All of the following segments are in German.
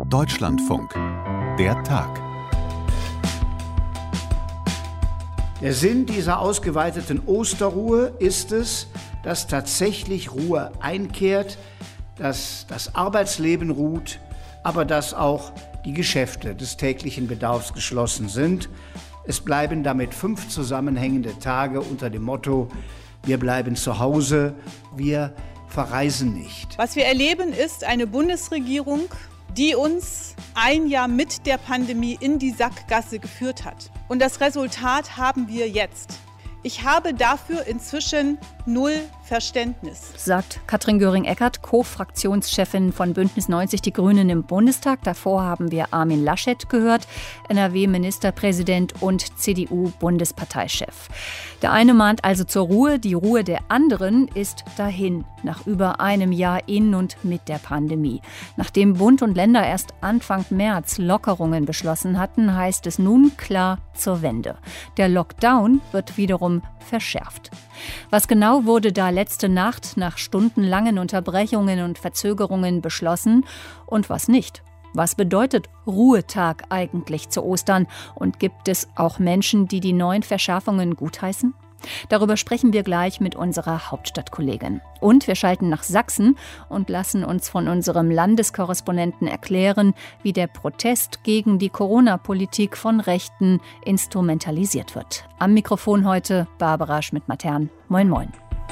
Deutschlandfunk. Der Tag. Der Sinn dieser ausgeweiteten Osterruhe ist es, dass tatsächlich Ruhe einkehrt, dass das Arbeitsleben ruht, aber dass auch die Geschäfte des täglichen Bedarfs geschlossen sind. Es bleiben damit 5 zusammenhängende Tage unter dem Motto: Wir bleiben zu Hause, wir verreisen nicht. Was wir erleben, ist eine Bundesregierung, die uns ein Jahr mit der Pandemie in die Sackgasse geführt hat. Und das Resultat haben wir jetzt. Ich habe dafür inzwischen 0 Verständnis, sagt Katrin Göring-Eckardt, Co-Fraktionschefin von Bündnis 90 Die Grünen im Bundestag. Davor haben wir Armin Laschet gehört, NRW-Ministerpräsident und CDU-Bundesparteichef. Der eine mahnt also zur Ruhe, die Ruhe der anderen ist dahin, nach über einem Jahr in und mit der Pandemie. Nachdem Bund und Länder erst Anfang März Lockerungen beschlossen hatten, heißt es nun klar zur Wende. Der Lockdown wird wiederum verschärft. Was genau wurde da letzte Nacht nach stundenlangen Unterbrechungen und Verzögerungen beschlossen und was nicht? Was bedeutet Ruhetag eigentlich zu Ostern? Und gibt es auch Menschen, die die neuen Verschärfungen gutheißen? Darüber sprechen wir gleich mit unserer Hauptstadtkollegin. Und wir schalten nach Sachsen und lassen uns von unserem Landeskorrespondenten erklären, wie der Protest gegen die Corona-Politik von Rechten instrumentalisiert wird. Am Mikrofon heute Barbara Schmidt-Matern. Moin, moin.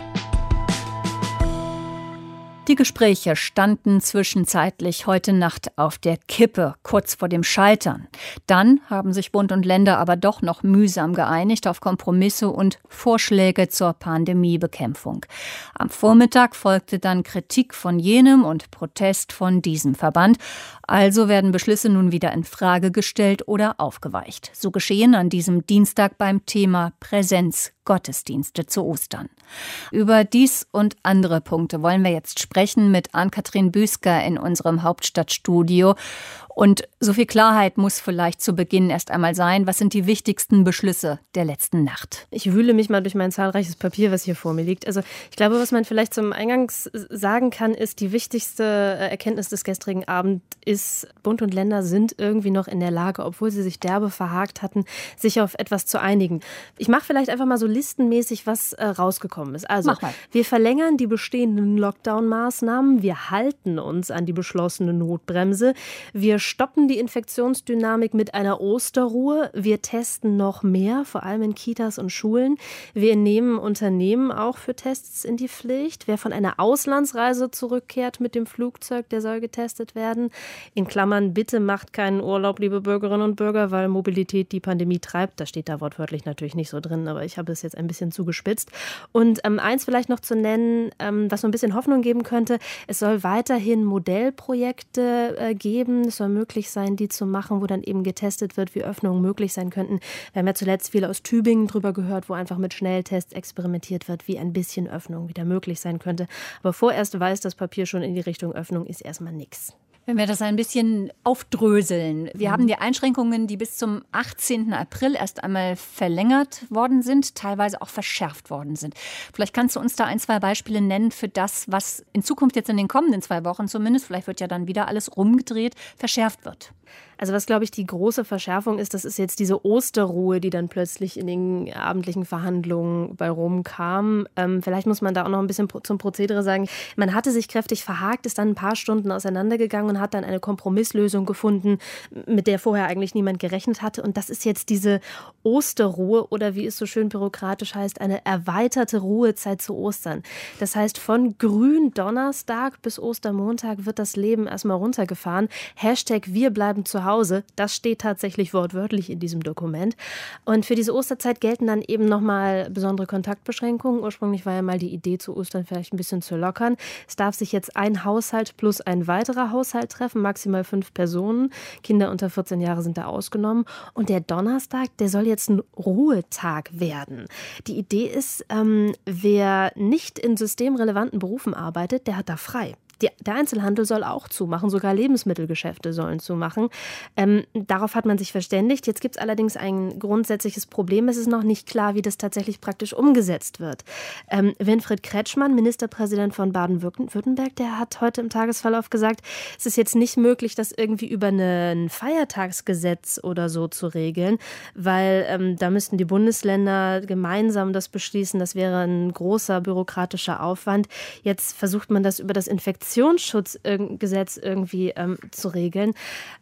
Die Gespräche standen zwischenzeitlich heute Nacht auf der Kippe, kurz vor dem Scheitern. Dann haben sich Bund und Länder aber doch noch mühsam geeinigt auf Kompromisse und Vorschläge zur Pandemiebekämpfung. Am Vormittag folgte dann Kritik von jenem und Protest von diesem Verband. Also werden Beschlüsse nun wieder in Frage gestellt oder aufgeweicht. So geschehen an diesem Dienstag beim Thema Präsenzgottesdienste zu Ostern. Über dies und andere Punkte wollen wir jetzt sprechen mit Ann-Kathrin Büsker in unserem Hauptstadtstudio. Und so viel Klarheit muss vielleicht zu Beginn erst einmal sein. Was sind die wichtigsten Beschlüsse der letzten Nacht? Ich wühle mich mal durch mein zahlreiches Papier, was hier vor mir liegt. Also ich glaube, was man vielleicht zum Eingangs sagen kann, ist, die wichtigste Erkenntnis des gestrigen Abends ist, Bund und Länder sind irgendwie noch in der Lage, obwohl sie sich derbe verhakt hatten, sich auf etwas zu einigen. Ich mache vielleicht einfach mal so listenmäßig, was rausgekommen ist. Also, wir verlängern die bestehenden Lockdown-Maßnahmen, wir halten uns an die beschlossene Notbremse, wir stoppen die Infektionsdynamik mit einer Osterruhe. Wir testen noch mehr, vor allem in Kitas und Schulen. Wir nehmen Unternehmen auch für Tests in die Pflicht. Wer von einer Auslandsreise zurückkehrt mit dem Flugzeug, der soll getestet werden. In Klammern, bitte macht keinen Urlaub, liebe Bürgerinnen und Bürger, weil Mobilität die Pandemie treibt. Das steht da wortwörtlich natürlich nicht so drin, aber ich habe es jetzt ein bisschen zugespitzt. Und eins vielleicht noch zu nennen, was so ein bisschen Hoffnung geben könnte. Es soll weiterhin Modellprojekte geben. Es soll möglich sein, die zu machen, wo dann eben getestet wird, wie Öffnungen möglich sein könnten. Wir haben ja zuletzt viel aus Tübingen drüber gehört, wo einfach mit Schnelltests experimentiert wird, wie ein bisschen Öffnung wieder möglich sein könnte. Aber vorerst weist das Papier schon in die Richtung Öffnung, ist erstmal nichts. Wenn wir das ein bisschen aufdröseln. Wir haben die Einschränkungen, die bis zum 18. April erst einmal verlängert worden sind, teilweise auch verschärft worden sind. Vielleicht kannst du uns da 1, 2 Beispiele nennen für das, was in Zukunft jetzt in den kommenden 2 Wochen zumindest, vielleicht wird ja dann wieder alles rumgedreht, verschärft wird. Also was, glaube ich, die große Verschärfung ist, das ist jetzt diese Osterruhe, die dann plötzlich in den abendlichen Verhandlungen bei Rom kam. Vielleicht muss man da auch noch ein bisschen zum Prozedere sagen. Man hatte sich kräftig verhakt, ist dann ein paar Stunden auseinandergegangen und hat dann eine Kompromisslösung gefunden, mit der vorher eigentlich niemand gerechnet hatte. Und das ist jetzt diese Osterruhe oder wie es so schön bürokratisch heißt, eine erweiterte Ruhezeit zu Ostern. Das heißt, von Gründonnerstag bis Ostermontag wird das Leben erstmal runtergefahren. Hashtag wir bleiben zu Hause, das steht tatsächlich wortwörtlich in diesem Dokument. Und für diese Osterzeit gelten dann eben nochmal besondere Kontaktbeschränkungen. Ursprünglich war ja mal die Idee, zu Ostern vielleicht ein bisschen zu lockern. Es darf sich jetzt ein Haushalt plus ein weiterer Haushalt treffen, maximal 5 Personen. Kinder unter 14 Jahre sind da ausgenommen. Und der Donnerstag, der soll jetzt ein Ruhetag werden. Die Idee ist, wer nicht in systemrelevanten Berufen arbeitet, der hat da frei. Der Einzelhandel soll auch zumachen, sogar Lebensmittelgeschäfte sollen zumachen. Darauf hat man sich verständigt. Jetzt gibt es allerdings ein grundsätzliches Problem. Es ist noch nicht klar, wie das tatsächlich praktisch umgesetzt wird. Winfried Kretschmann, Ministerpräsident von Baden-Württemberg, der hat heute im Tagesverlauf gesagt, es ist jetzt nicht möglich, das irgendwie über ein Feiertagsgesetz oder so zu regeln, weil da müssten die Bundesländer gemeinsam das beschließen. Das wäre ein großer bürokratischer Aufwand. Jetzt versucht man das über das Infektionsschutzgesetz irgendwie zu regeln.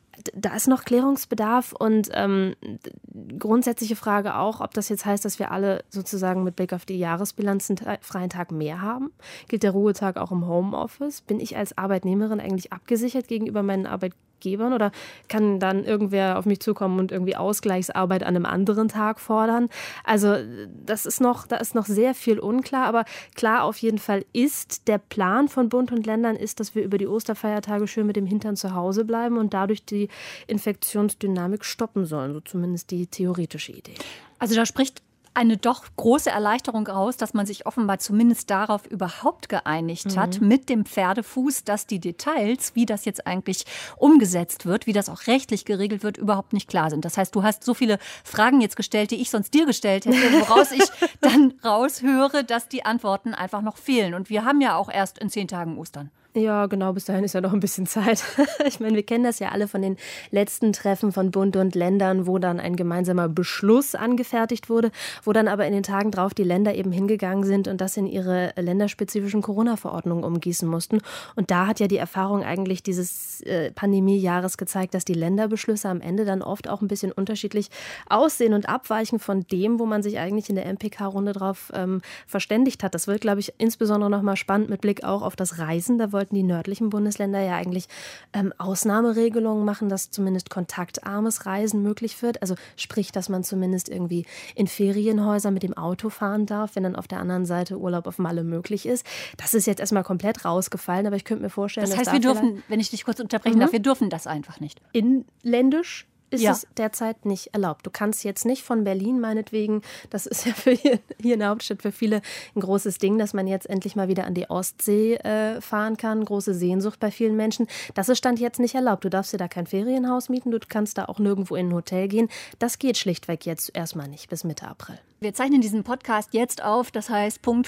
Da ist noch Klärungsbedarf und grundsätzliche Frage auch, ob das jetzt heißt, dass wir alle sozusagen mit Blick auf die Jahresbilanz einen freien Tag mehr haben. Gilt der Ruhetag auch im Homeoffice? Bin ich als Arbeitnehmerin eigentlich abgesichert gegenüber meinen Arbeitgebern oder kann dann irgendwer auf mich zukommen und irgendwie Ausgleichsarbeit an einem anderen Tag fordern? Also da ist noch sehr viel unklar, aber klar auf jeden Fall ist, der Plan von Bund und Ländern ist, dass wir über die Osterfeiertage schön mit dem Hintern zu Hause bleiben und dadurch die Infektionsdynamik stoppen sollen, so zumindest die theoretische Idee. Also da spricht eine doch große Erleichterung aus, dass man sich offenbar zumindest darauf überhaupt geeinigt hat, mit dem Pferdefuß, dass die Details, wie das jetzt eigentlich umgesetzt wird, wie das auch rechtlich geregelt wird, überhaupt nicht klar sind. Das heißt, du hast so viele Fragen jetzt gestellt, die ich sonst dir gestellt hätte, woraus ich dann raushöre, dass die Antworten einfach noch fehlen. Und wir haben ja auch erst in 10 Tagen Ostern. Ja, genau, bis dahin ist ja noch ein bisschen Zeit. Ich meine, wir kennen das ja alle von den letzten Treffen von Bund und Ländern, wo dann ein gemeinsamer Beschluss angefertigt wurde, wo dann aber in den Tagen drauf die Länder eben hingegangen sind und das in ihre länderspezifischen Corona-Verordnungen umgießen mussten. Und da hat ja die Erfahrung eigentlich dieses Pandemiejahres gezeigt, dass die Länderbeschlüsse am Ende dann oft auch ein bisschen unterschiedlich aussehen und abweichen von dem, wo man sich eigentlich in der MPK-Runde drauf verständigt hat. Das wird, glaube ich, insbesondere nochmal spannend mit Blick auch auf das Reisen. Da wollten die nördlichen Bundesländer ja eigentlich Ausnahmeregelungen machen, dass zumindest kontaktarmes Reisen möglich wird. Also sprich, dass man zumindest irgendwie in Ferienhäuser mit dem Auto fahren darf, wenn dann auf der anderen Seite Urlaub auf Malle möglich ist. Das ist jetzt erstmal komplett rausgefallen, aber ich könnte mir vorstellen, das heißt, wir dürfen, wenn ich dich kurz unterbrechen darf, wir dürfen das einfach nicht. Inländisch ist es derzeit nicht erlaubt. Du kannst jetzt nicht von Berlin meinetwegen, das ist ja für hier in der Hauptstadt für viele ein großes Ding, dass man jetzt endlich mal wieder an die Ostsee fahren kann. Große Sehnsucht bei vielen Menschen. Das ist Stand jetzt nicht erlaubt. Du darfst dir da kein Ferienhaus mieten, du kannst da auch nirgendwo in ein Hotel gehen. Das geht schlichtweg jetzt erstmal nicht bis Mitte April. Wir zeichnen diesen Podcast jetzt auf, das heißt Punkt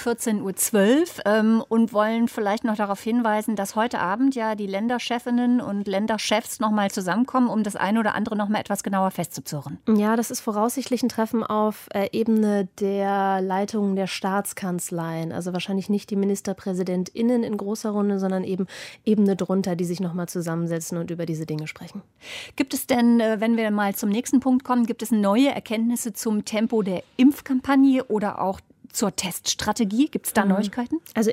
14.12 Uhr und wollen vielleicht noch darauf hinweisen, dass heute Abend ja die Länderchefinnen und Länderchefs noch mal zusammenkommen, um das eine oder andere noch mal etwas genauer festzuzurren. Ja, das ist voraussichtlich ein Treffen auf Ebene der Leitungen der Staatskanzleien. Also wahrscheinlich nicht die MinisterpräsidentInnen in großer Runde, sondern eben Ebene drunter, die sich noch mal zusammensetzen und über diese Dinge sprechen. Gibt es denn, wenn wir mal zum nächsten Punkt kommen, gibt es neue Erkenntnisse zum Tempo der Impfkampagne oder auch zur Teststrategie? Gibt es da Neuigkeiten? Also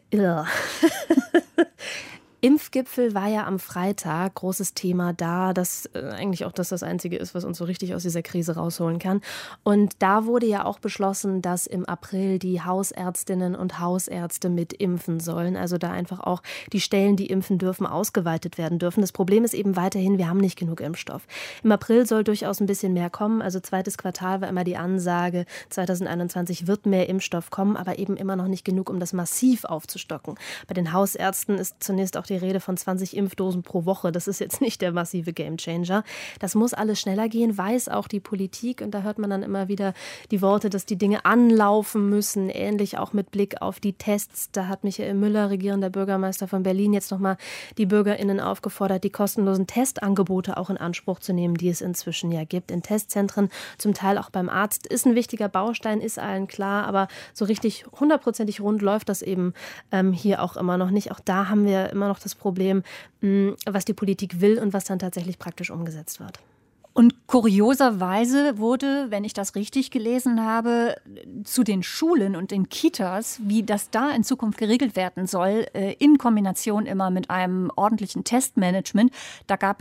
Impfgipfel war ja am Freitag, großes Thema da, dass eigentlich auch das Einzige ist, was uns so richtig aus dieser Krise rausholen kann. Und da wurde ja auch beschlossen, dass im April die Hausärztinnen und Hausärzte mit impfen sollen. Also da einfach auch die Stellen, die impfen dürfen, ausgeweitet werden dürfen. Das Problem ist eben weiterhin, wir haben nicht genug Impfstoff. Im April soll durchaus ein bisschen mehr kommen. Also zweites Quartal war immer die Ansage, 2021 wird mehr Impfstoff kommen, aber eben immer noch nicht genug, um das massiv aufzustocken. Bei den Hausärzten ist zunächst auch die Rede von 20 Impfdosen pro Woche. Das ist jetzt nicht der massive Gamechanger. Das muss alles schneller gehen, weiß auch die Politik. Und da hört man dann immer wieder die Worte, dass die Dinge anlaufen müssen. Ähnlich auch mit Blick auf die Tests. Da hat Michael Müller, regierender Bürgermeister von Berlin, jetzt nochmal die BürgerInnen aufgefordert, die kostenlosen Testangebote auch in Anspruch zu nehmen, die es inzwischen ja gibt. In Testzentren, zum Teil auch beim Arzt. Ist ein wichtiger Baustein, ist allen klar. Aber so richtig 100%ig rund läuft das eben hier auch immer noch nicht. Auch da haben wir immer noch das Problem, was die Politik will und was dann tatsächlich praktisch umgesetzt wird. Und kurioserweise wurde, wenn ich das richtig gelesen habe, zu den Schulen und den Kitas, wie das da in Zukunft geregelt werden soll, in Kombination immer mit einem ordentlichen Testmanagement, da gab es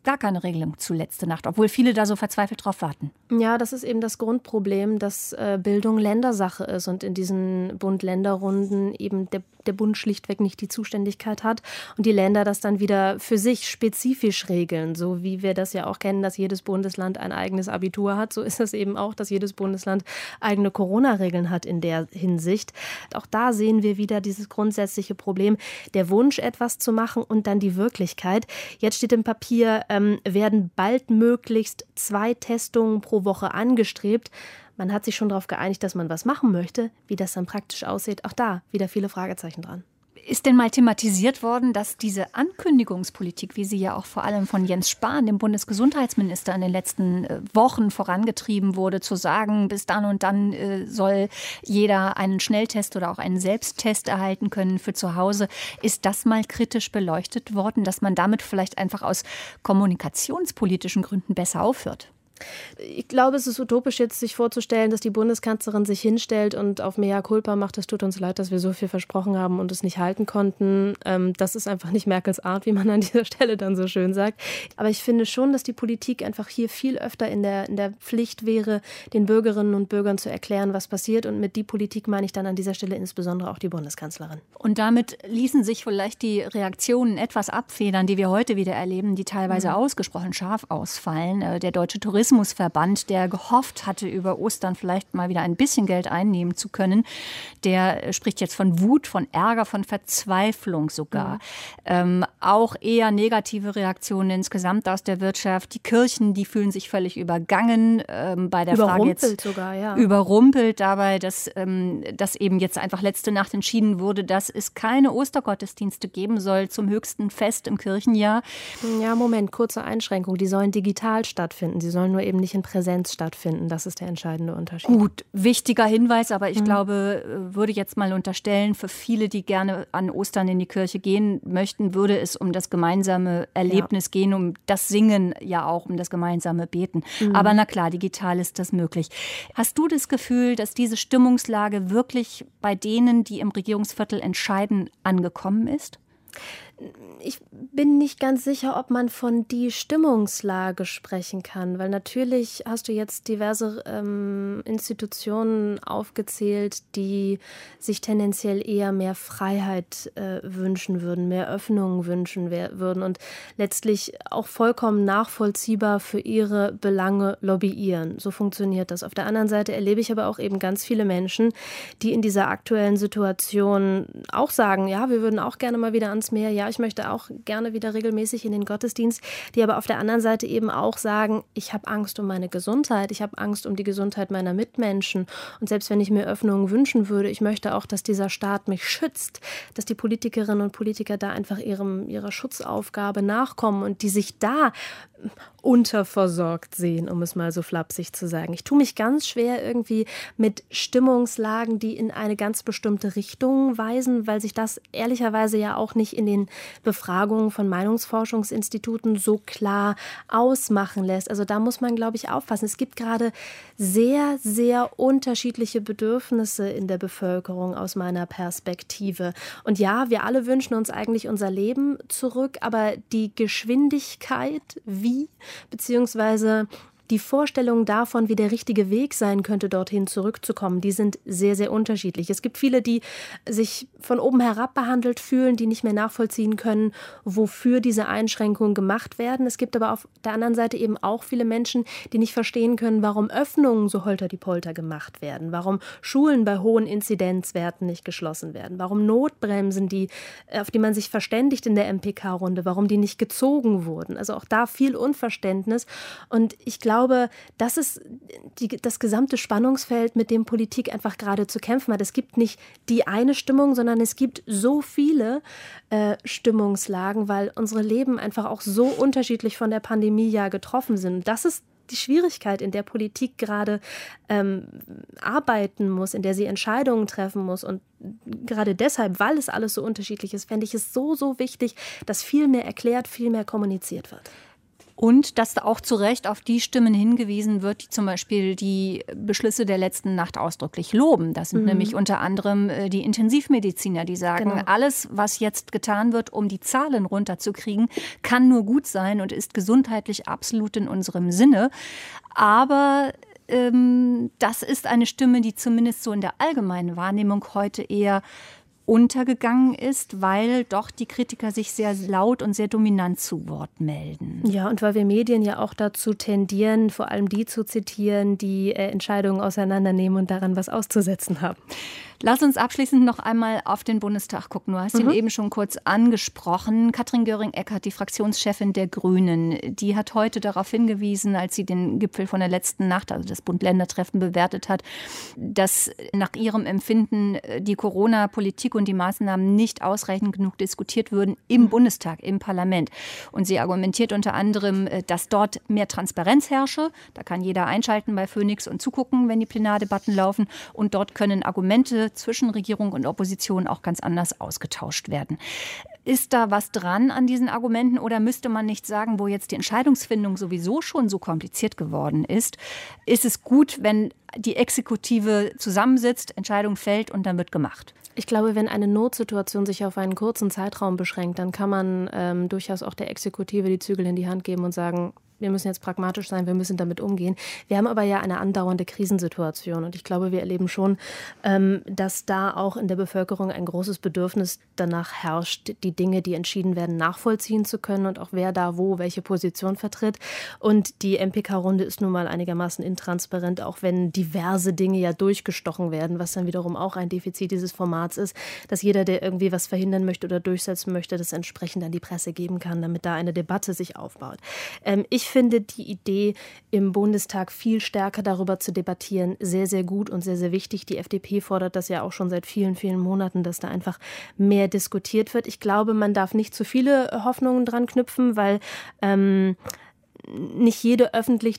gar keine Regelung zu letzte Nacht, obwohl viele da so verzweifelt drauf warten. Ja, das ist eben das Grundproblem, dass Bildung Ländersache ist und in diesen Bund-Länder-Runden eben der Bund schlichtweg nicht die Zuständigkeit hat und die Länder das dann wieder für sich spezifisch regeln. So wie wir das ja auch kennen, dass jedes Bundesland ein eigenes Abitur hat, so ist es eben auch, dass jedes Bundesland eigene Corona-Regeln hat in der Hinsicht. Auch da sehen wir wieder dieses grundsätzliche Problem, der Wunsch, etwas zu machen und dann die Wirklichkeit. Jetzt steht im Papier, werden baldmöglichst 2 Testungen pro Woche angestrebt. Man hat sich schon darauf geeinigt, dass man was machen möchte. Wie das dann praktisch aussieht, auch da wieder viele Fragezeichen dran. Ist denn mal thematisiert worden, dass diese Ankündigungspolitik, wie sie ja auch vor allem von Jens Spahn, dem Bundesgesundheitsminister, in den letzten Wochen vorangetrieben wurde, zu sagen, bis dann und dann soll jeder einen Schnelltest oder auch einen Selbsttest erhalten können für zu Hause. Ist das mal kritisch beleuchtet worden, dass man damit vielleicht einfach aus kommunikationspolitischen Gründen besser aufhört? Ich glaube, es ist utopisch jetzt sich vorzustellen, dass die Bundeskanzlerin sich hinstellt und auf Mea culpa macht, es tut uns leid, dass wir so viel versprochen haben und es nicht halten konnten. Das ist einfach nicht Merkels Art, wie man an dieser Stelle dann so schön sagt. Aber ich finde schon, dass die Politik einfach hier viel öfter in der Pflicht wäre, den Bürgerinnen und Bürgern zu erklären, was passiert. Und mit die Politik meine ich dann an dieser Stelle insbesondere auch die Bundeskanzlerin. Und damit ließen sich vielleicht die Reaktionen etwas abfedern, die wir heute wieder erleben, die teilweise ausgesprochen scharf ausfallen. Der Deutsche Tourismusverband, der gehofft hatte, über Ostern vielleicht mal wieder ein bisschen Geld einnehmen zu können, der spricht jetzt von Wut, von Ärger, von Verzweiflung sogar. Auch eher negative Reaktionen insgesamt aus der Wirtschaft. Die Kirchen, die fühlen sich völlig übergangen bei der Frage jetzt. Sogar, ja. Überrumpelt dabei, dass eben jetzt einfach letzte Nacht entschieden wurde, dass es keine Ostergottesdienste geben soll zum höchsten Fest im Kirchenjahr. Ja, Moment, kurze Einschränkung. Die sollen digital stattfinden. Sie sollen nur eben nicht in Präsenz stattfinden. Das ist der entscheidende Unterschied. Gut, wichtiger Hinweis, aber ich glaube, würde jetzt mal unterstellen, für viele, die gerne an Ostern in die Kirche gehen möchten, würde es um das gemeinsame Erlebnis gehen, um das Singen, ja auch um das gemeinsame Beten. Aber na klar, digital ist das möglich. Hast du das Gefühl, dass diese Stimmungslage wirklich bei denen, die im Regierungsviertel entscheiden, angekommen ist? Ich bin nicht ganz sicher, ob man von die Stimmungslage sprechen kann, weil natürlich hast du jetzt diverse Institutionen aufgezählt, die sich tendenziell eher mehr Freiheit wünschen würden, mehr Öffnungen wünschen würden und letztlich auch vollkommen nachvollziehbar für ihre Belange lobbyieren. So funktioniert das. Auf der anderen Seite erlebe ich aber auch eben ganz viele Menschen, die in dieser aktuellen Situation auch sagen, ja, wir würden auch gerne mal wieder ans Meer, ja, ich möchte auch gerne wieder regelmäßig in den Gottesdienst, die aber auf der anderen Seite eben auch sagen, ich habe Angst um meine Gesundheit, ich habe Angst um die Gesundheit meiner Mitmenschen und selbst wenn ich mir Öffnungen wünschen würde, ich möchte auch, dass dieser Staat mich schützt, dass die Politikerinnen und Politiker da einfach ihrer Schutzaufgabe nachkommen und die sich da unterversorgt sehen, um es mal so flapsig zu sagen. Ich tue mich ganz schwer irgendwie mit Stimmungslagen, die in eine ganz bestimmte Richtung weisen, weil sich das ehrlicherweise ja auch nicht in den Befragungen von Meinungsforschungsinstituten so klar ausmachen lässt. Also da muss man, glaube ich, aufpassen. Es gibt gerade sehr, sehr unterschiedliche Bedürfnisse in der Bevölkerung aus meiner Perspektive. Und ja, wir alle wünschen uns eigentlich unser Leben zurück, aber die Geschwindigkeit, wie, beziehungsweise die Vorstellungen davon, wie der richtige Weg sein könnte, dorthin zurückzukommen, die sind sehr, sehr unterschiedlich. Es gibt viele, die sich von oben herab behandelt fühlen, die nicht mehr nachvollziehen können, wofür diese Einschränkungen gemacht werden. Es gibt aber auf der anderen Seite eben auch viele Menschen, die nicht verstehen können, warum Öffnungen so holter-die-polter gemacht werden, warum Schulen bei hohen Inzidenzwerten nicht geschlossen werden, warum Notbremsen, auf die man sich verständigt in der MPK-Runde, warum die nicht gezogen wurden. Also auch da viel Unverständnis. Und ich glaube, das ist das gesamte Spannungsfeld, mit dem Politik einfach gerade zu kämpfen hat. Es gibt nicht die eine Stimmung, sondern es gibt so viele Stimmungslagen, weil unsere Leben einfach auch so unterschiedlich von der Pandemie ja getroffen sind. Das ist die Schwierigkeit, in der Politik gerade arbeiten muss, in der sie Entscheidungen treffen muss. Und gerade deshalb, weil es alles so unterschiedlich ist, fände ich es so, so wichtig, dass viel mehr erklärt, viel mehr kommuniziert wird. Und dass da auch zu Recht auf die Stimmen hingewiesen wird, die zum Beispiel die Beschlüsse der letzten Nacht ausdrücklich loben. Das sind nämlich unter anderem die Intensivmediziner, die sagen, alles, was jetzt getan wird, um die Zahlen runterzukriegen, kann nur gut sein und ist gesundheitlich absolut in unserem Sinne. Aber das ist eine Stimme, die zumindest so in der allgemeinen Wahrnehmung heute eher untergegangen ist, weil doch die Kritiker sich sehr laut und sehr dominant zu Wort melden. Ja, und weil wir Medien ja auch dazu tendieren, vor allem die zu zitieren, die Entscheidungen auseinandernehmen und daran was auszusetzen haben. Lass uns abschließend noch einmal auf den Bundestag gucken. Du hast ihn eben schon kurz angesprochen. Katrin Göring-Eckardt, die Fraktionschefin der Grünen, die hat heute darauf hingewiesen, als sie den Gipfel von der letzten Nacht, also das Bund-Länder-Treffen, bewertet hat, dass nach ihrem Empfinden die Corona-Politik und die Maßnahmen nicht ausreichend genug diskutiert würden im Bundestag, im Parlament. Und sie argumentiert unter anderem, dass dort mehr Transparenz herrsche. Da kann jeder einschalten bei Phoenix und zugucken, wenn die Plenardebatten laufen. Und dort können Argumente zwischen Regierung und Opposition auch ganz anders ausgetauscht werden. Ist da was dran an diesen Argumenten oder müsste man nicht sagen, wo jetzt die Entscheidungsfindung sowieso schon so kompliziert geworden ist, ist es gut, wenn die Exekutive zusammensitzt, Entscheidung fällt und dann wird gemacht? Ich glaube, wenn eine Notsituation sich auf einen kurzen Zeitraum beschränkt, dann kann man durchaus auch der Exekutive die Zügel in die Hand geben und sagen, wir müssen jetzt pragmatisch sein, wir müssen damit umgehen. Wir haben aber ja eine andauernde Krisensituation und ich glaube, wir erleben schon, dass da auch in der Bevölkerung ein großes Bedürfnis danach herrscht, die Dinge, die entschieden werden, nachvollziehen zu können und auch wer da wo welche Position vertritt. Und die MPK-Runde ist nun mal einigermaßen intransparent, auch wenn diverse Dinge ja durchgestochen werden, was dann wiederum auch ein Defizit dieses Formats ist, dass jeder, der irgendwie was verhindern möchte oder durchsetzen möchte, das entsprechend an die Presse geben kann, damit da eine Debatte sich aufbaut. Ich finde die Idee, im Bundestag viel stärker darüber zu debattieren, sehr, sehr gut und sehr, sehr wichtig. Die FDP fordert das ja auch schon seit vielen, vielen Monaten, dass da einfach mehr diskutiert wird. Ich glaube, man darf nicht zu viele Hoffnungen dran knüpfen, weil nicht jede öffentlich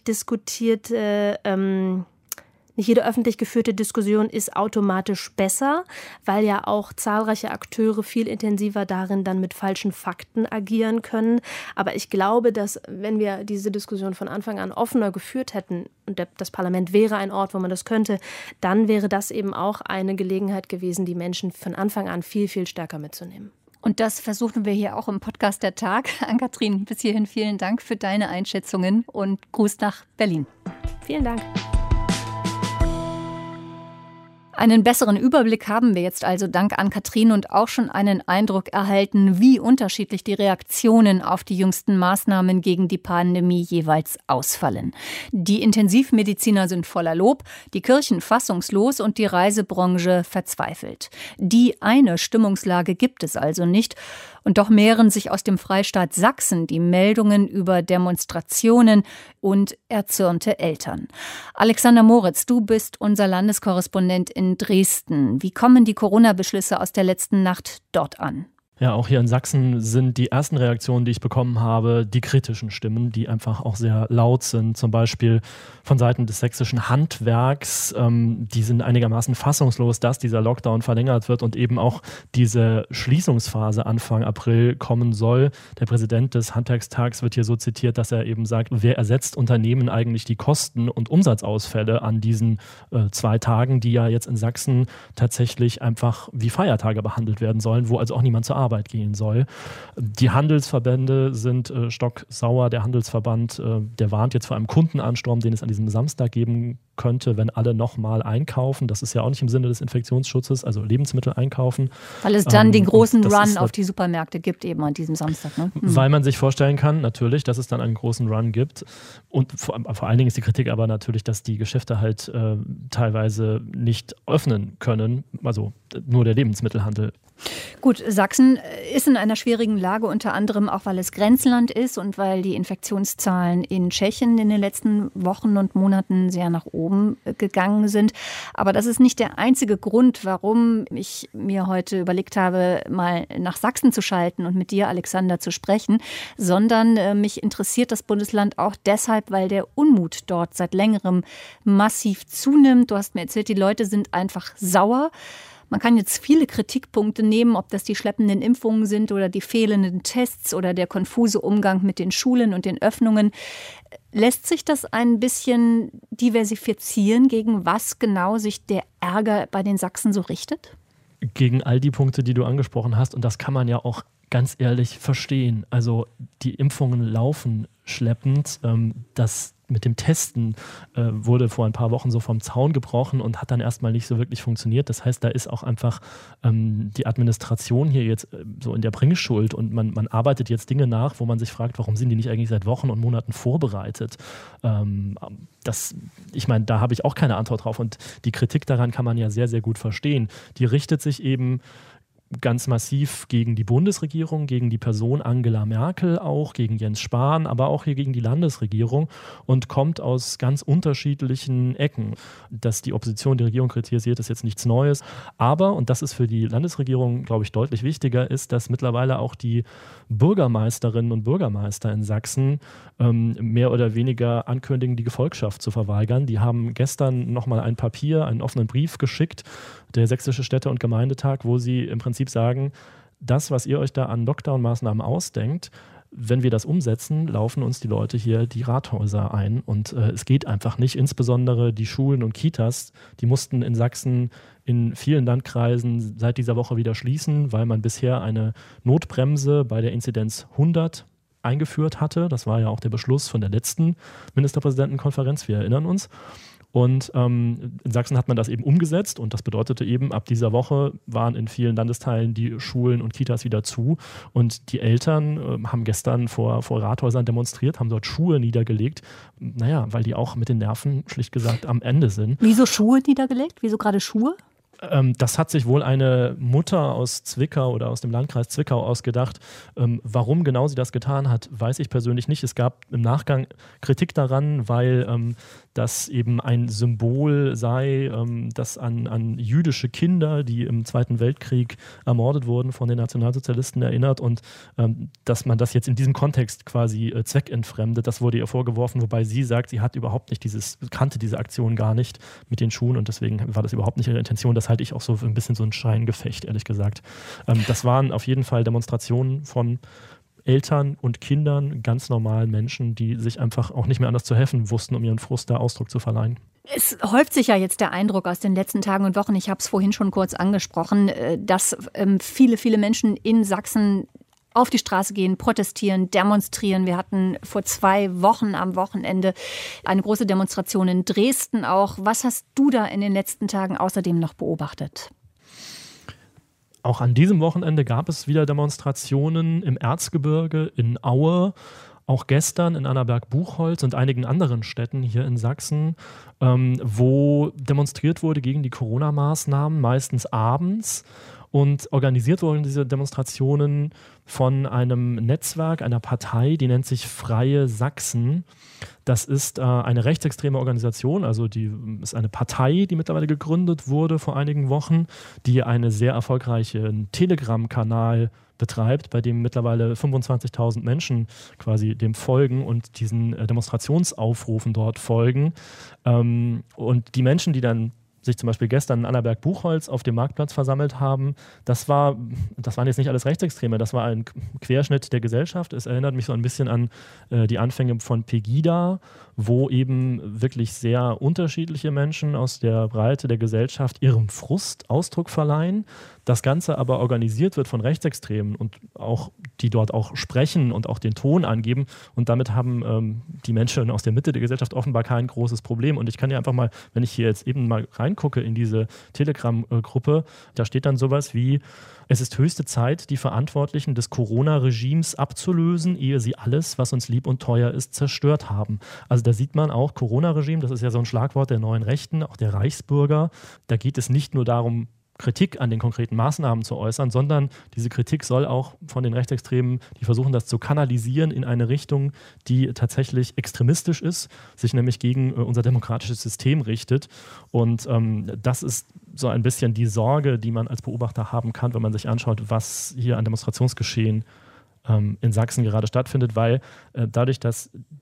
geführte Diskussion ist automatisch besser, weil ja auch zahlreiche Akteure viel intensiver darin dann mit falschen Fakten agieren können. Aber ich glaube, dass wenn wir diese Diskussion von Anfang an offener geführt hätten und das Parlament wäre ein Ort, wo man das könnte, dann wäre das eben auch eine Gelegenheit gewesen, die Menschen von Anfang an viel, viel stärker mitzunehmen. Und das versuchen wir hier auch im Podcast der Tag. Ann-Kathrin, bis hierhin vielen Dank für deine Einschätzungen und Gruß nach Berlin. Vielen Dank. Einen besseren Überblick haben wir jetzt also dank Ann-Kathrin und auch schon einen Eindruck erhalten, wie unterschiedlich die Reaktionen auf die jüngsten Maßnahmen gegen die Pandemie jeweils ausfallen. Die Intensivmediziner sind voller Lob, die Kirchen fassungslos und die Reisebranche verzweifelt. Die eine Stimmungslage gibt es also nicht. Und doch mehren sich aus dem Freistaat Sachsen die Meldungen über Demonstrationen und erzürnte Eltern. Alexander Moritz, du bist unser Landeskorrespondent in Dresden. Wie kommen die Corona-Beschlüsse aus der letzten Nacht dort an? Ja, auch hier in Sachsen sind die ersten Reaktionen, die ich bekommen habe, die kritischen Stimmen, die einfach auch sehr laut sind. Zum Beispiel von Seiten des sächsischen Handwerks. Die sind einigermaßen fassungslos, dass dieser Lockdown verlängert wird und eben auch diese Schließungsphase Anfang April kommen soll. Der Präsident des Handwerkstags wird hier so zitiert, dass er eben sagt, wer ersetzt Unternehmen eigentlich die Kosten und Umsatzausfälle an diesen 2 Tagen, die ja jetzt in Sachsen tatsächlich einfach wie Feiertage behandelt werden sollen, wo also auch niemand zur Arbeit gehen soll. Die Handelsverbände sind stocksauer. Der Handelsverband, der warnt jetzt vor einem Kundenansturm, den es an diesem Samstag geben könnte, wenn alle nochmal einkaufen. Das ist ja auch nicht im Sinne des Infektionsschutzes, also Lebensmittel einkaufen. Weil es dann den großen Run auf die Supermärkte gibt, eben an diesem Samstag. Ne? Weil man sich vorstellen kann, natürlich, dass es dann einen großen Run gibt. Und vor allen Dingen ist die Kritik aber natürlich, dass die Geschäfte halt teilweise nicht öffnen können, also nur der Lebensmittelhandel. Gut, Sachsen ist in einer schwierigen Lage, unter anderem auch, weil es Grenzland ist und weil die Infektionszahlen in Tschechien in den letzten Wochen und Monaten sehr nach oben gegangen sind. Aber das ist nicht der einzige Grund, warum ich mir heute überlegt habe, mal nach Sachsen zu schalten und mit dir, Alexander, zu sprechen, sondern mich interessiert das Bundesland auch deshalb, weil der Unmut dort seit längerem massiv zunimmt. Du hast mir erzählt, die Leute sind einfach sauer. Man kann jetzt viele Kritikpunkte nehmen, ob das die schleppenden Impfungen sind oder die fehlenden Tests oder der konfuse Umgang mit den Schulen und den Öffnungen. Lässt sich das ein bisschen diversifizieren, gegen was genau sich der Ärger bei den Sachsen so richtet? Gegen all die Punkte, die du angesprochen hast. Und das kann man ja auch ganz ehrlich verstehen. Also die Impfungen laufen schleppend. Das mit dem Testen wurde vor ein paar Wochen so vom Zaun gebrochen und hat dann erstmal nicht so wirklich funktioniert. Das heißt, da ist auch einfach die Administration hier jetzt so in der Bringschuld und man arbeitet jetzt Dinge nach, wo man sich fragt, warum sind die nicht eigentlich seit Wochen und Monaten vorbereitet? Ich meine, da habe ich auch keine Antwort drauf und die Kritik daran kann man ja sehr, sehr gut verstehen. Die richtet sich eben ganz massiv gegen die Bundesregierung, gegen die Person Angela Merkel auch, gegen Jens Spahn, aber auch hier gegen die Landesregierung und kommt aus ganz unterschiedlichen Ecken. Dass die Opposition die Regierung kritisiert, ist jetzt nichts Neues. Aber, und das ist für die Landesregierung, glaube ich, deutlich wichtiger, ist, dass mittlerweile auch die Bürgermeisterinnen und Bürgermeister in Sachsen mehr oder weniger ankündigen, die Gefolgschaft zu verweigern. Die haben gestern nochmal ein Papier, einen offenen Brief geschickt, der Sächsische Städte- und Gemeindetag, wo sie im Prinzip sagen, das, was ihr euch da an Lockdown-Maßnahmen ausdenkt, wenn wir das umsetzen, laufen uns die Leute hier die Rathäuser ein. Und es geht einfach nicht. Insbesondere die Schulen und Kitas, die mussten in Sachsen in vielen Landkreisen seit dieser Woche wieder schließen, weil man bisher eine Notbremse bei der Inzidenz 100 eingeführt hatte. Das war ja auch der Beschluss von der letzten Ministerpräsidentenkonferenz, wir erinnern uns. Und in Sachsen hat man das eben umgesetzt und das bedeutete eben, ab dieser Woche waren in vielen Landesteilen die Schulen und Kitas wieder zu und die Eltern haben gestern vor Rathäusern demonstriert, haben dort Schuhe niedergelegt, weil die auch mit den Nerven schlicht gesagt am Ende sind. Wieso Schuhe niedergelegt? Wieso gerade Schuhe? Das hat sich wohl eine Mutter aus Zwickau oder aus dem Landkreis Zwickau ausgedacht. Warum genau sie das getan hat, weiß ich persönlich nicht. Es gab im Nachgang Kritik daran, weil das eben ein Symbol sei, das an jüdische Kinder, die im Zweiten Weltkrieg ermordet wurden, von den Nationalsozialisten erinnert und dass man das jetzt in diesem Kontext quasi zweckentfremdet. Das wurde ihr vorgeworfen, wobei sie sagt, sie hat überhaupt nicht kannte diese Aktion gar nicht mit den Schuhen und deswegen war das überhaupt nicht ihre Intention. Das halte ich auch so ein bisschen so ein Scheingefecht, ehrlich gesagt. Das waren auf jeden Fall Demonstrationen von Eltern und Kindern, ganz normalen Menschen, die sich einfach auch nicht mehr anders zu helfen wussten, um ihren Frust da Ausdruck zu verleihen. Es häuft sich ja jetzt der Eindruck aus den letzten Tagen und Wochen, ich habe es vorhin schon kurz angesprochen, dass viele, viele Menschen in Sachsen auf die Straße gehen, protestieren, demonstrieren. Wir hatten vor 2 Wochen am Wochenende eine große Demonstration in Dresden auch. Was hast du da in den letzten Tagen außerdem noch beobachtet? Auch an diesem Wochenende gab es wieder Demonstrationen im Erzgebirge, in Aue, auch gestern in Annaberg-Buchholz und einigen anderen Städten hier in Sachsen, wo demonstriert wurde gegen die Corona-Maßnahmen, meistens abends. Und organisiert wurden diese Demonstrationen von einem Netzwerk, einer Partei, die nennt sich Freie Sachsen. Das ist eine rechtsextreme Organisation, also die ist eine Partei, die mittlerweile gegründet wurde vor einigen Wochen, die einen sehr erfolgreichen Telegram-Kanal betreibt, bei dem mittlerweile 25.000 Menschen quasi dem folgen und diesen Demonstrationsaufrufen dort folgen. Und die Menschen, die dann sich zum Beispiel gestern in Annaberg-Buchholz auf dem Marktplatz versammelt haben, das waren jetzt nicht alles Rechtsextreme, das war ein Querschnitt der Gesellschaft. Es erinnert mich so ein bisschen an die Anfänge von Pegida, wo eben wirklich sehr unterschiedliche Menschen aus der Breite der Gesellschaft ihrem Frust Ausdruck verleihen. Das Ganze aber organisiert wird von Rechtsextremen und auch die dort auch sprechen und auch den Ton angeben. Und damit haben die Menschen aus der Mitte der Gesellschaft offenbar kein großes Problem. Und ich kann ja einfach mal, wenn ich hier jetzt eben mal reingucke in diese Telegram-Gruppe, da steht dann sowas wie: Es ist höchste Zeit, die Verantwortlichen des Corona-Regimes abzulösen, ehe sie alles, was uns lieb und teuer ist, zerstört haben. Also da sieht man auch, Corona-Regime, das ist ja so ein Schlagwort der neuen Rechten, auch der Reichsbürger. Da geht es nicht nur darum, Kritik an den konkreten Maßnahmen zu äußern, sondern diese Kritik soll auch von den Rechtsextremen, die versuchen das zu kanalisieren in eine Richtung, die tatsächlich extremistisch ist, sich nämlich gegen unser demokratisches System richtet. Und das ist so ein bisschen die Sorge, die man als Beobachter haben kann, wenn man sich anschaut, was hier an Demonstrationsgeschehen in Sachsen gerade stattfindet, weil dadurch, dass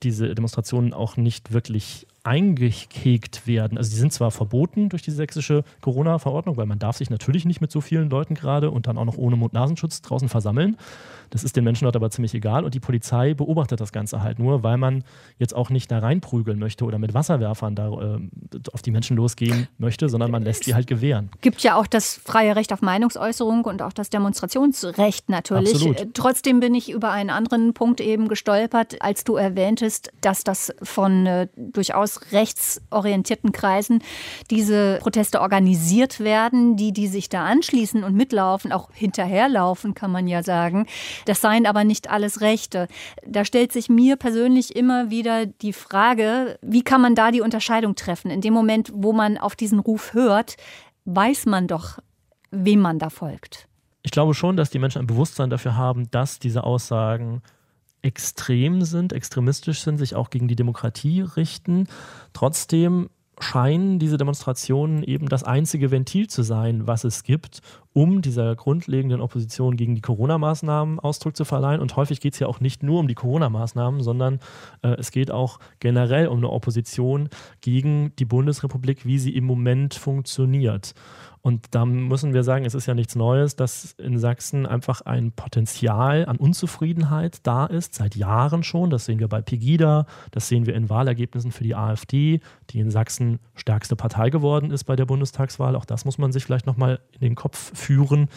diese Demonstrationen auch nicht wirklich eingehegt werden. Also die sind zwar verboten durch die sächsische Corona-Verordnung, weil man darf sich natürlich nicht mit so vielen Leuten gerade und dann auch noch ohne Mund-Nasenschutz draußen versammeln. Das ist den Menschen dort aber ziemlich egal und die Polizei beobachtet das Ganze halt nur, weil man jetzt auch nicht da reinprügeln möchte oder mit Wasserwerfern da auf die Menschen losgehen möchte, sondern man lässt die halt gewähren. Es gibt ja auch das freie Recht auf Meinungsäußerung und auch das Demonstrationsrecht natürlich. Absolut. Trotzdem bin ich über einen anderen Punkt eben gestolpert, als du erwähntest, dass das von durchaus rechtsorientierten Kreisen diese Proteste organisiert werden, die sich da anschließen und mitlaufen, auch hinterherlaufen, kann man ja sagen. Das seien aber nicht alles Rechte. Da stellt sich mir persönlich immer wieder die Frage, wie kann man da die Unterscheidung treffen? In dem Moment, wo man auf diesen Ruf hört, weiß man doch, wem man da folgt. Ich glaube schon, dass die Menschen ein Bewusstsein dafür haben, dass diese Aussagen extrem sind, extremistisch sind, sich auch gegen die Demokratie richten. Trotzdem scheinen diese Demonstrationen eben das einzige Ventil zu sein, was es gibt, um dieser grundlegenden Opposition gegen die Corona-Maßnahmen Ausdruck zu verleihen. Und häufig geht es ja auch nicht nur um die Corona-Maßnahmen, sondern es geht auch generell um eine Opposition gegen die Bundesrepublik, wie sie im Moment funktioniert. Und da müssen wir sagen, es ist ja nichts Neues, dass in Sachsen einfach ein Potenzial an Unzufriedenheit da ist, seit Jahren schon. Das sehen wir bei Pegida, das sehen wir in Wahlergebnissen für die AfD, die in Sachsen stärkste Partei geworden ist bei der Bundestagswahl. Auch das muss man sich vielleicht nochmal in den Kopf führen.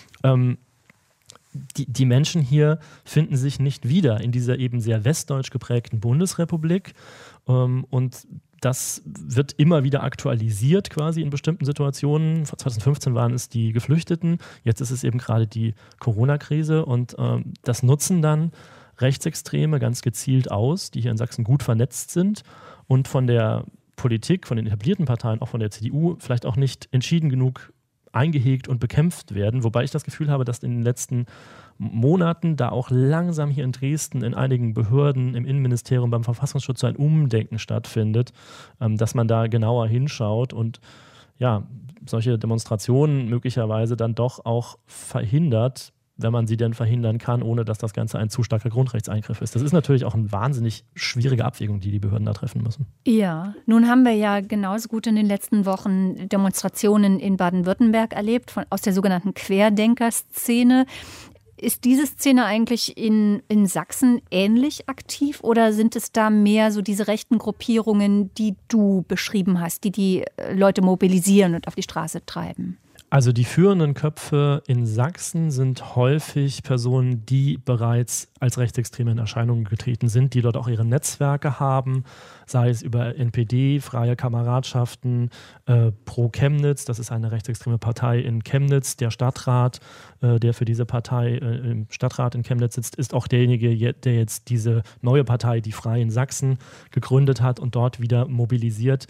Die Menschen hier finden sich nicht wieder in dieser eben sehr westdeutsch geprägten Bundesrepublik. Und das wird immer wieder aktualisiert quasi in bestimmten Situationen. 2015 waren es die Geflüchteten, jetzt ist es eben gerade die Corona-Krise und das nutzen dann Rechtsextreme ganz gezielt aus, die hier in Sachsen gut vernetzt sind und von der Politik, von den etablierten Parteien, auch von der CDU vielleicht auch nicht entschieden genug eingehegt und bekämpft werden. Wobei ich das Gefühl habe, dass in den letzten Monaten da auch langsam hier in Dresden in einigen Behörden, im Innenministerium, beim Verfassungsschutz so ein Umdenken stattfindet, dass man da genauer hinschaut und ja, solche Demonstrationen möglicherweise dann doch auch verhindert, wenn man sie denn verhindern kann, ohne dass das Ganze ein zu starker Grundrechtseingriff ist. Das ist natürlich auch eine wahnsinnig schwierige Abwägung, die Behörden da treffen müssen. Ja, nun haben wir ja genauso gut in den letzten Wochen Demonstrationen in Baden-Württemberg erlebt, aus der sogenannten Querdenker-Szene. Ist diese Szene eigentlich in Sachsen ähnlich aktiv oder sind es da mehr so diese rechten Gruppierungen, die du beschrieben hast, die Leute mobilisieren und auf die Straße treiben? Also die führenden Köpfe in Sachsen sind häufig Personen, die bereits als Rechtsextreme in Erscheinung getreten sind, die dort auch ihre Netzwerke haben, sei es über NPD, Freie Kameradschaften, Pro Chemnitz, das ist eine rechtsextreme Partei in Chemnitz. Der Stadtrat, der für diese Partei im Stadtrat in Chemnitz sitzt, ist auch derjenige, der jetzt diese neue Partei, die Freien Sachsen, gegründet hat und dort wieder mobilisiert.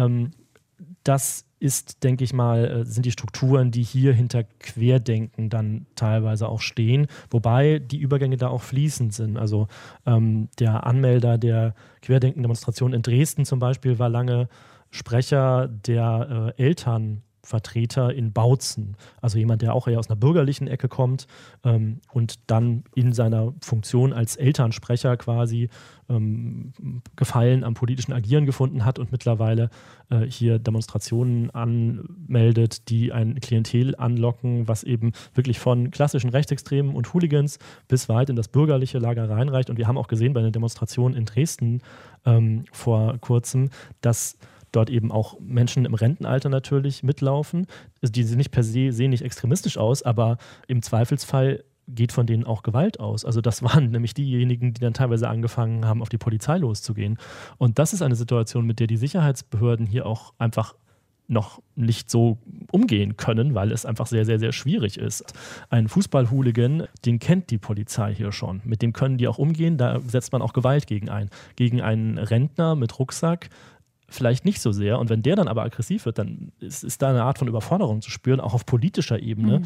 Das ist, denke ich mal, sind die Strukturen, die hier hinter Querdenken dann teilweise auch stehen, wobei die Übergänge da auch fließend sind. Also der Anmelder der Querdenken-Demonstration in Dresden zum Beispiel war lange Sprecher der Elternvertreter in Bautzen, also jemand, der auch eher aus einer bürgerlichen Ecke kommt und dann in seiner Funktion als Elternsprecher quasi Gefallen am politischen Agieren gefunden hat und mittlerweile hier Demonstrationen anmeldet, die ein Klientel anlocken, was eben wirklich von klassischen Rechtsextremen und Hooligans bis weit in das bürgerliche Lager reinreicht. Und wir haben auch gesehen bei einer Demonstration in Dresden vor kurzem, dass dort eben auch Menschen im Rentenalter natürlich mitlaufen. Die sehen nicht per se nicht extremistisch aus, aber im Zweifelsfall geht von denen auch Gewalt aus. Also das waren nämlich diejenigen, die dann teilweise angefangen haben, auf die Polizei loszugehen. Und das ist eine Situation, mit der die Sicherheitsbehörden hier auch einfach noch nicht so umgehen können, weil es einfach sehr, sehr, sehr schwierig ist. Ein Fußball-Hooligan, den kennt die Polizei hier schon. Mit dem können die auch umgehen, da setzt man auch Gewalt gegen ein. Gegen einen Rentner mit Rucksack vielleicht nicht so sehr. Und wenn der dann aber aggressiv wird, dann ist da eine Art von Überforderung zu spüren, auch auf politischer Ebene,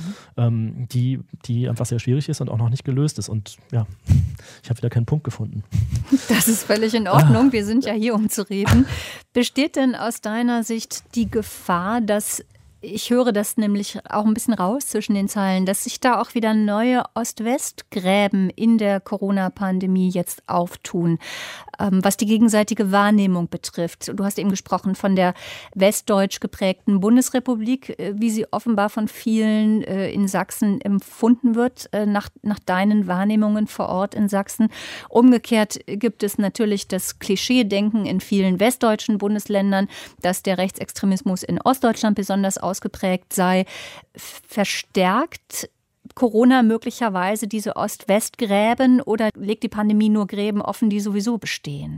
die einfach sehr schwierig ist und auch noch nicht gelöst ist. Und ja, ich habe wieder keinen Punkt gefunden. Das ist völlig in Ordnung. Wir sind ja hier, um zu reden. Besteht denn aus deiner Sicht die Gefahr, dass Ich höre das nämlich auch ein bisschen raus zwischen den Zeilen, dass sich da auch wieder neue Ost-West-Gräben in der Corona-Pandemie jetzt auftun, was die gegenseitige Wahrnehmung betrifft. Du hast eben gesprochen von der westdeutsch geprägten Bundesrepublik, wie sie offenbar von vielen in Sachsen empfunden wird, nach deinen Wahrnehmungen vor Ort in Sachsen. Umgekehrt gibt es natürlich das Klischee-Denken in vielen westdeutschen Bundesländern, dass der Rechtsextremismus in Ostdeutschland besonders ausgeprägt sei. Verstärkt Corona möglicherweise diese Ost-West-Gräben oder legt die Pandemie nur Gräben offen, die sowieso bestehen?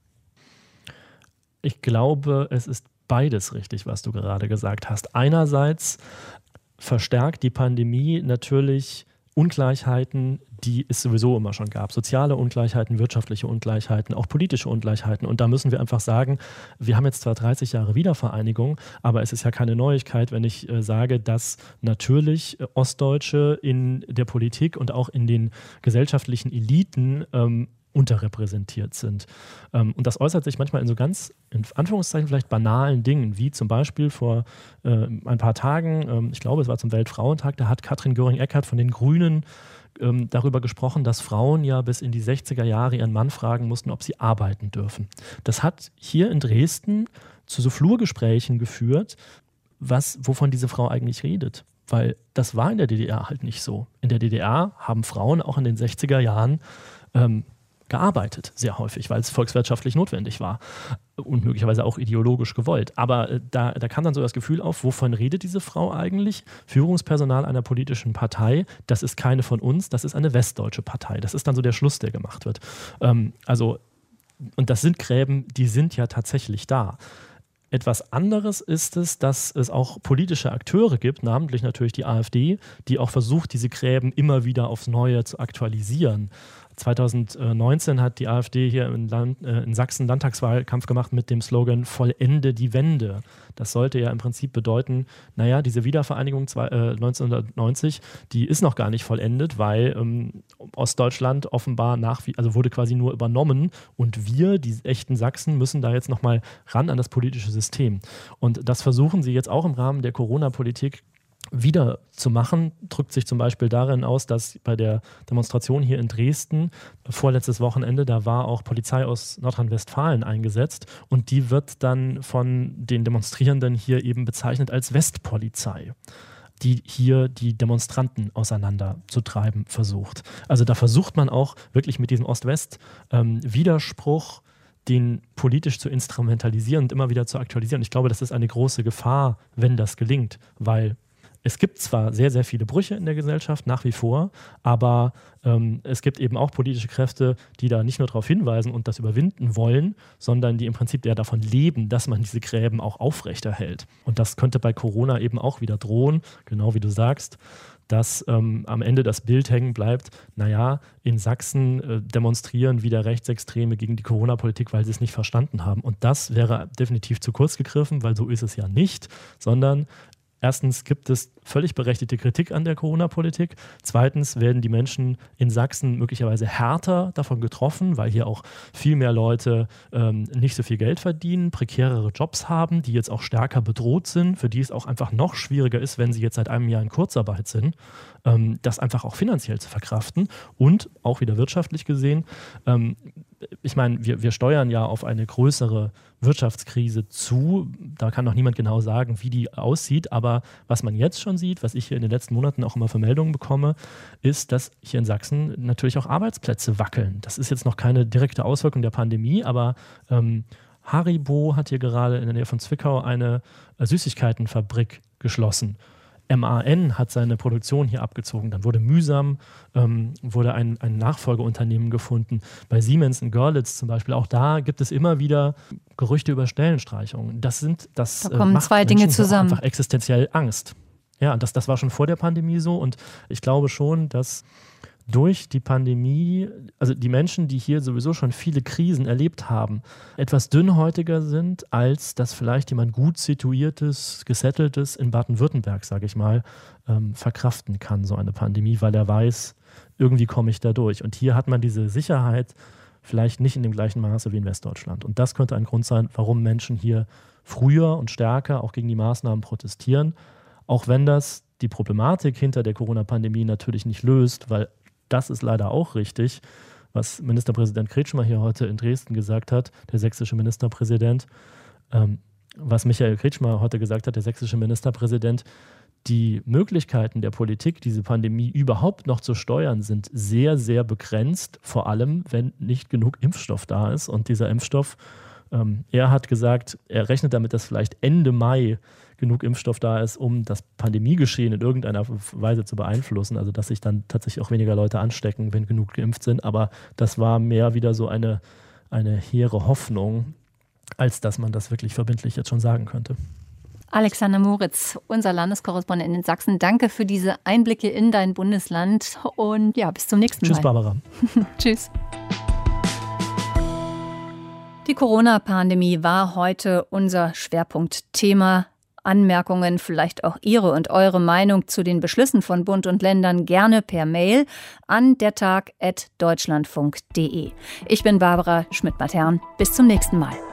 Ich glaube, es ist beides richtig, was du gerade gesagt hast. Einerseits verstärkt die Pandemie natürlich Ungleichheiten, die es sowieso immer schon gab. Soziale Ungleichheiten, wirtschaftliche Ungleichheiten, auch politische Ungleichheiten. Und da müssen wir einfach sagen, wir haben jetzt zwar 30 Jahre Wiedervereinigung, aber es ist ja keine Neuigkeit, wenn ich sage, dass natürlich Ostdeutsche in der Politik und auch in den gesellschaftlichen Eliten unterrepräsentiert sind. Und das äußert sich manchmal in so ganz, in Anführungszeichen, vielleicht banalen Dingen, wie zum Beispiel vor ein paar Tagen, ich glaube, es war zum Weltfrauentag, da hat Katrin Göring-Eckardt von den Grünen darüber gesprochen, dass Frauen ja bis in die 60er Jahre ihren Mann fragen mussten, ob sie arbeiten dürfen. Das hat hier in Dresden zu so Flurgesprächen geführt, wovon diese Frau eigentlich redet. Weil das war in der DDR halt nicht so. In der DDR haben Frauen auch in den 60er Jahren gearbeitet, sehr häufig, weil es volkswirtschaftlich notwendig war und möglicherweise auch ideologisch gewollt. Aber da kam dann so das Gefühl auf, wovon redet diese Frau eigentlich? Führungspersonal einer politischen Partei, das ist keine von uns, das ist eine westdeutsche Partei. Das ist dann so der Schluss, der gemacht wird. Und das sind Gräben, die sind ja tatsächlich da. Etwas anderes ist es, dass es auch politische Akteure gibt, namentlich natürlich die AfD, die auch versucht, diese Gräben immer wieder aufs Neue zu aktualisieren. 2019 hat die AfD hier in Sachsen Landtagswahlkampf gemacht mit dem Slogan "Vollende die Wende". Das sollte ja im Prinzip bedeuten, naja, diese Wiedervereinigung 1990, die ist noch gar nicht vollendet, weil Ostdeutschland offenbar wurde quasi nur übernommen und wir, die echten Sachsen, müssen da jetzt nochmal ran an das politische System. Und das versuchen sie jetzt auch im Rahmen der Corona-Politik wieder zu machen, drückt sich zum Beispiel darin aus, dass bei der Demonstration hier in Dresden vorletztes Wochenende, da war auch Polizei aus Nordrhein-Westfalen eingesetzt und die wird dann von den Demonstrierenden hier eben bezeichnet als Westpolizei, die hier die Demonstranten auseinanderzutreiben versucht. Also da versucht man auch wirklich mit diesem Ost-West-Widerspruch den politisch zu instrumentalisieren und immer wieder zu aktualisieren. Ich glaube, das ist eine große Gefahr, wenn das gelingt, weil es gibt zwar sehr, sehr viele Brüche in der Gesellschaft, nach wie vor, aber es gibt eben auch politische Kräfte, die da nicht nur darauf hinweisen und das überwinden wollen, sondern die im Prinzip ja davon leben, dass man diese Gräben auch aufrechterhält. Und das könnte bei Corona eben auch wieder drohen, genau wie du sagst, dass am Ende das Bild hängen bleibt, naja, in Sachsen demonstrieren wieder Rechtsextreme gegen die Corona-Politik, weil sie es nicht verstanden haben. Und das wäre definitiv zu kurz gegriffen, weil so ist es ja nicht, sondern erstens gibt es völlig berechtigte Kritik an der Corona-Politik. Zweitens werden die Menschen in Sachsen möglicherweise härter davon getroffen, weil hier auch viel mehr Leute nicht so viel Geld verdienen, prekärere Jobs haben, die jetzt auch stärker bedroht sind, für die es auch einfach noch schwieriger ist, wenn sie jetzt seit einem Jahr in Kurzarbeit sind, das einfach auch finanziell zu verkraften und auch wieder wirtschaftlich gesehen. Ich meine, wir steuern ja auf eine größere Wirtschaftskrise zu. Da kann noch niemand genau sagen, wie die aussieht. Aber was man jetzt schon sieht, was ich hier in den letzten Monaten auch immer für Meldungen bekomme, ist, dass hier in Sachsen natürlich auch Arbeitsplätze wackeln. Das ist jetzt noch keine direkte Auswirkung der Pandemie, aber Haribo hat hier gerade in der Nähe von Zwickau eine Süßigkeitenfabrik geschlossen. MAN hat seine Produktion hier abgezogen. Dann wurde mühsam wurde ein Nachfolgeunternehmen gefunden. Bei Siemens in Görlitz zum Beispiel, auch da gibt es immer wieder Gerüchte über Stellenstreichungen. Da kommen zwei Dinge zusammen. Einfach existenziell Angst. Ja, das war schon vor der Pandemie so und ich glaube schon, dass durch die Pandemie, also die Menschen, die hier sowieso schon viele Krisen erlebt haben, etwas dünnhäutiger sind, als das vielleicht jemand gut situiertes, gesetteltes in Baden-Württemberg, sage ich mal, verkraften kann, so eine Pandemie, weil er weiß, irgendwie komme ich da durch. Und hier hat man diese Sicherheit vielleicht nicht in dem gleichen Maße wie in Westdeutschland. Und das könnte ein Grund sein, warum Menschen hier früher und stärker auch gegen die Maßnahmen protestieren, auch wenn das die Problematik hinter der Corona-Pandemie natürlich nicht löst, weil das ist leider auch richtig, was Ministerpräsident Kretschmer hier heute in Dresden gesagt hat, der sächsische Ministerpräsident, was Michael Kretschmer heute gesagt hat, der sächsische Ministerpräsident, die Möglichkeiten der Politik, diese Pandemie überhaupt noch zu steuern, sind sehr, sehr begrenzt, vor allem, wenn nicht genug Impfstoff da ist. Und dieser Impfstoff, er hat gesagt, er rechnet damit, dass vielleicht Ende Mai genug Impfstoff da ist, um das Pandemiegeschehen in irgendeiner Weise zu beeinflussen. Also dass sich dann tatsächlich auch weniger Leute anstecken, wenn genug geimpft sind. Aber das war mehr wieder so eine hehre Hoffnung, als dass man das wirklich verbindlich jetzt schon sagen könnte. Alexander Moritz, unser Landeskorrespondent in Sachsen, danke für diese Einblicke in dein Bundesland und ja, bis zum nächsten Mal. Tschüss, Barbara. Tschüss. Die Corona-Pandemie war heute unser Schwerpunktthema. Anmerkungen, vielleicht auch Ihre und eure Meinung zu den Beschlüssen von Bund und Ländern gerne per Mail an dertag@deutschlandfunk.de. Ich bin Barbara Schmidt-Matern. Bis zum nächsten Mal.